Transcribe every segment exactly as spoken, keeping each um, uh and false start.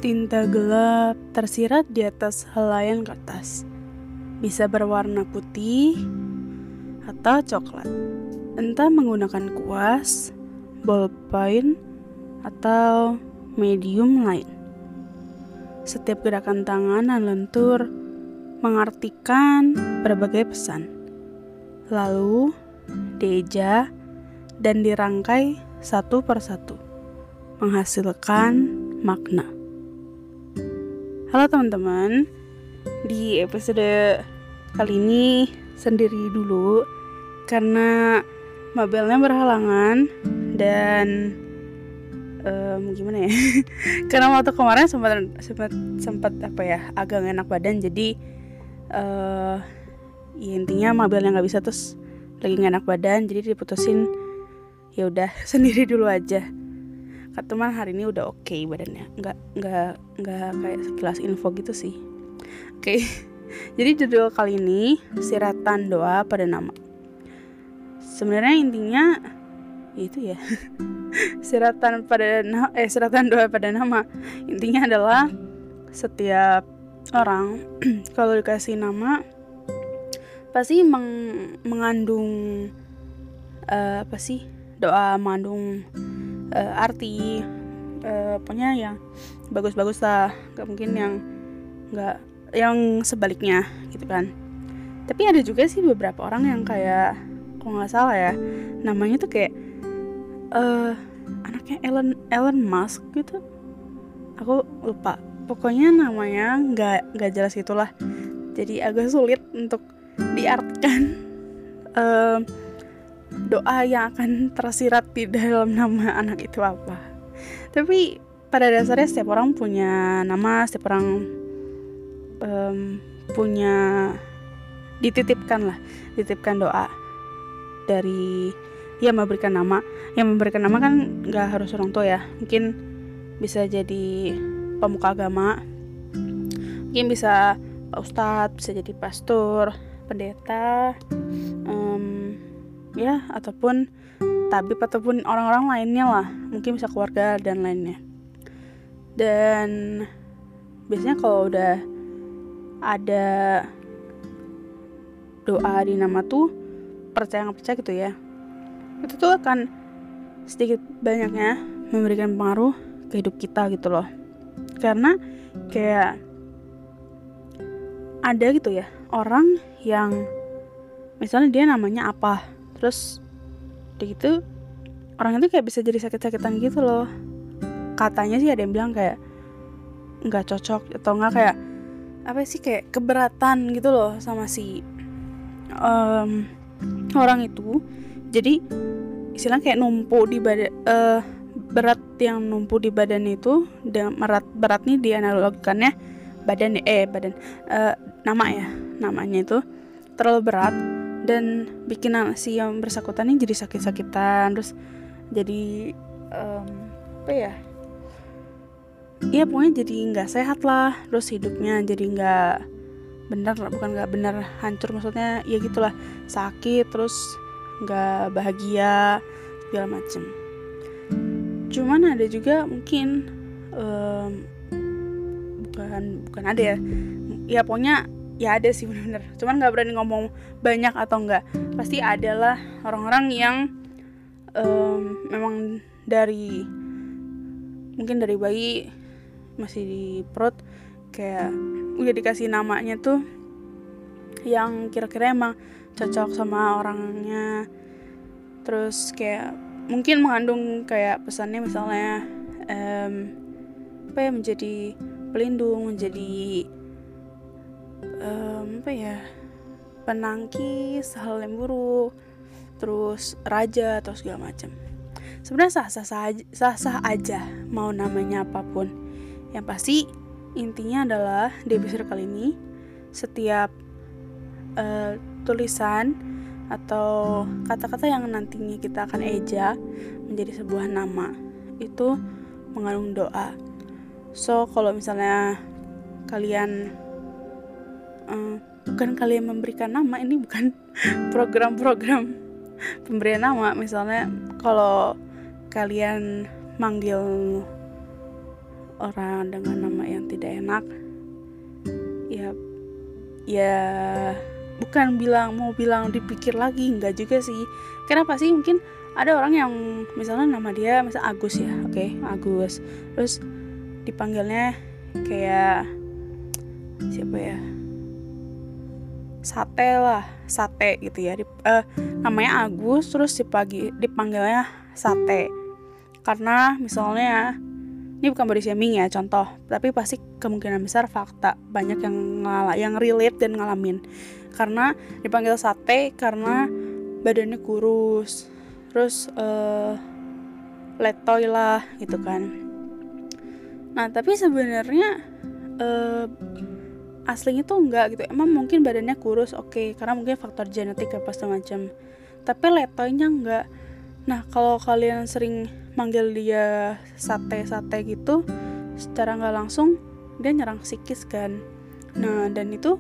Tinta gelap tersirat di atas helaian kertas. Bisa berwarna putih atau coklat. Entah menggunakan kuas, ballpoint, atau medium lain. Setiap gerakan tangan dan lentur mengartikan berbagai pesan. Lalu dieja dan dirangkai satu persatu, menghasilkan makna. Halo teman-teman, di episode kali ini sendiri dulu karena Mabelnya berhalangan dan um, gimana ya? Karena waktu kemarin sempat sempat sempat apa ya agak gak enak badan, jadi uh, ya intinya Mabelnya nggak bisa, terus lagi gak enak badan, jadi diputusin ya udah sendiri dulu aja. Kak teman hari ini udah oke okay badannya, nggak nggak nggak kayak sekilas info gitu sih. Oke, okay. Jadi judul kali ini siratan doa pada nama. Sebenarnya intinya itu ya, siratan pada na- eh siratan doa pada nama. Intinya adalah setiap orang kalau dikasih nama pasti meng- mengandung uh, apa sih doa, mengandung uh, arti, uh, pokoknya yang bagus-bagus lah, gak mungkin yang gak, yang sebaliknya gitu kan. Tapi ada juga sih beberapa orang yang kayak, kalau gak salah ya, namanya tuh kayak uh, anaknya Elon Elon Musk gitu, aku lupa, pokoknya namanya gak, gak jelas itulah, jadi agak sulit untuk diartikan uh, doa yang akan tersirat di dalam nama anak itu apa. Tapi pada dasarnya setiap orang punya nama, setiap orang um, punya dititipkan lah, dititipkan doa dari ya memberikan nama. Yang memberikan nama kan nggak harus orang tua ya, mungkin bisa jadi pemuka agama, mungkin bisa Pak Ustadz, bisa jadi pastor, pendeta, um, ya ataupun tabib ataupun orang-orang lainnya lah, mungkin bisa keluarga dan lainnya. Dan biasanya kalau udah ada doa di nama tuh, percaya nggak percaya gitu ya, itu tuh akan sedikit banyaknya memberikan pengaruh ke hidup kita gitu loh. Karena kayak ada gitu ya orang yang misalnya dia namanya apa, terus udah gitu orang itu kayak bisa jadi sakit-sakitan gitu loh. Katanya sih ada yang bilang kayak nggak cocok atau nggak kayak apa sih, kayak keberatan gitu loh sama si um, orang itu. Jadi istilahnya kayak numpuk di badan, uh, berat yang numpuk di badan itu, dan berat berat nih dianalogikannya badan eh badan uh, nama ya namanya itu terlalu berat dan bikin si yang bersangkutan ini jadi sakit-sakitan, terus jadi um, apa ya ya pokoknya jadi nggak sehat lah, terus hidupnya jadi nggak benar, bukan nggak benar, hancur maksudnya ya gitulah, sakit, terus nggak bahagia segala macem. Cuman ada juga mungkin um, bukan bukan ada ya ya pokoknya ya ada sih benar-benar, cuman nggak berani ngomong banyak atau enggak. Pasti adalah orang-orang yang um, memang dari mungkin dari bayi masih di perut kayak udah dikasih namanya tuh yang kira-kira emang cocok sama orangnya, terus kayak mungkin mengandung kayak pesannya misalnya um, apa ya, menjadi pelindung, menjadi um, apa ya penangkis hal yang buruk, terus raja atau segala macam. Sebenarnya sah-sah aja, sah-sah aja mau namanya apapun. Yang pasti intinya adalah di episode kali ini setiap uh, tulisan atau kata-kata yang nantinya kita akan eja menjadi sebuah nama itu mengandung doa. So kalau misalnya kalian uh, bukan kalian memberikan nama, ini bukan program-program pemberian nama. Misalnya kalau kalian manggil orang dengan nama yang tidak enak, ya ya bukan bilang mau bilang dipikir lagi, enggak juga sih. Kenapa sih? Mungkin ada orang yang misalnya nama dia misal Agus ya, oke okay, Agus, terus dipanggilnya kayak siapa ya, sate lah, sate gitu ya. Dip, uh, namanya Agus, terus dipagi, dipanggilnya sate. Karena misalnya, ini bukan body shaming ya, contoh, tapi pasti kemungkinan besar fakta banyak yang ngala, yang relate dan ngalamin. Karena dipanggil sate karena badannya kurus, terus uh, letoy lah gitu kan. Nah tapi sebenarnya uh, aslinya tuh enggak gitu. Emang mungkin badannya kurus, oke, okay, karena mungkin faktor genetik apa segala macam. Tapi letoynya enggak. Nah kalau kalian sering manggil dia sate-sate gitu, secara nggak langsung dia nyerang psikis kan. Nah dan itu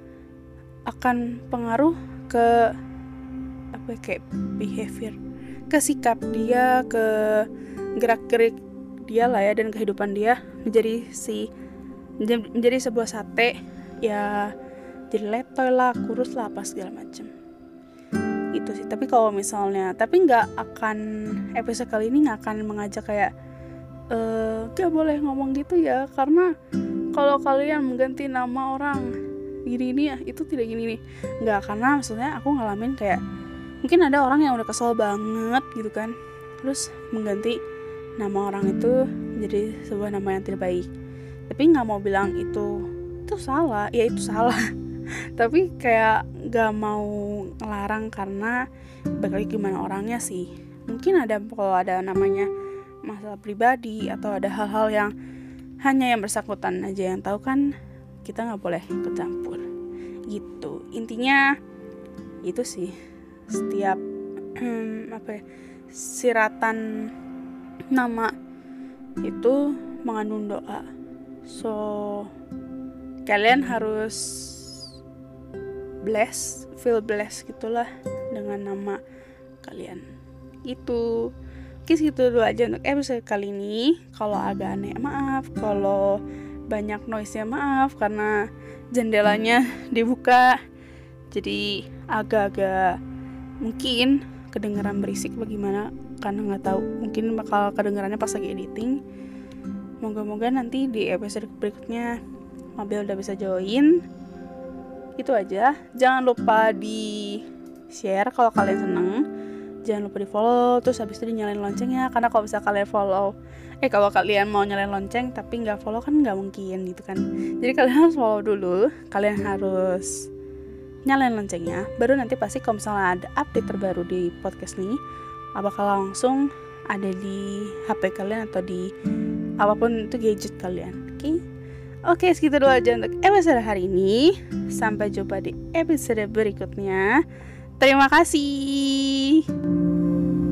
akan pengaruh ke apa ya, kayak behavior, ke sikap dia, ke gerak-gerik dia lah ya, dan kehidupan dia menjadi si menjadi sebuah sate ya, jadi letoy lah, kurus lah, apa segala macam itu sih. Tapi kalau misalnya, tapi nggak akan, episode kali ini nggak akan mengajak kayak e, gak boleh ngomong gitu ya, karena kalau kalian mengganti nama orang gini nih ya, itu tidak gini nih, nggak. Karena maksudnya aku ngalamin kayak mungkin ada orang yang udah kesel banget gitu kan, terus mengganti nama orang itu menjadi sebuah nama yang tidak baik. Tapi nggak mau bilang itu itu salah, ya itu salah tapi kayak gak mau ngelarang, karena balik gimana orangnya sih. Mungkin ada, kalau ada namanya masalah pribadi atau ada hal-hal yang hanya yang bersangkutan aja yang tahu kan, kita gak boleh ikut campur gitu. Intinya itu sih, setiap hmm, apa ya, siratan nama itu mengandung doa. So kalian harus bless, feel blessed gitulah dengan nama kalian. Itu Oke, segitu dulu aja untuk episode kali ini. Kalau agak aneh maaf, kalau banyak noise-nya maaf, karena jendelanya dibuka jadi agak-agak mungkin kedengaran berisik bagaimana, karena nggak tahu, mungkin bakal kedengarannya pas lagi editing. Moga-moga nanti di episode berikutnya Mabel udah bisa join. Itu aja. Jangan lupa di share kalau kalian seneng. Jangan lupa di follow, terus habis itu dinyalain loncengnya. Karena kalau bisa kalian follow, eh kalau kalian mau nyalain lonceng tapi nggak follow kan nggak mungkin gitu kan. Jadi kalian harus follow dulu. Kalian harus nyalain loncengnya. Baru nanti pasti kalau misalnya ada update terbaru di podcast nih, bakal langsung ada di H P kalian atau di apapun itu gadget kalian. Oke okay? Oke, segitu dulu aja untuk episode hari ini. Sampai jumpa di episode berikutnya. Terima kasih.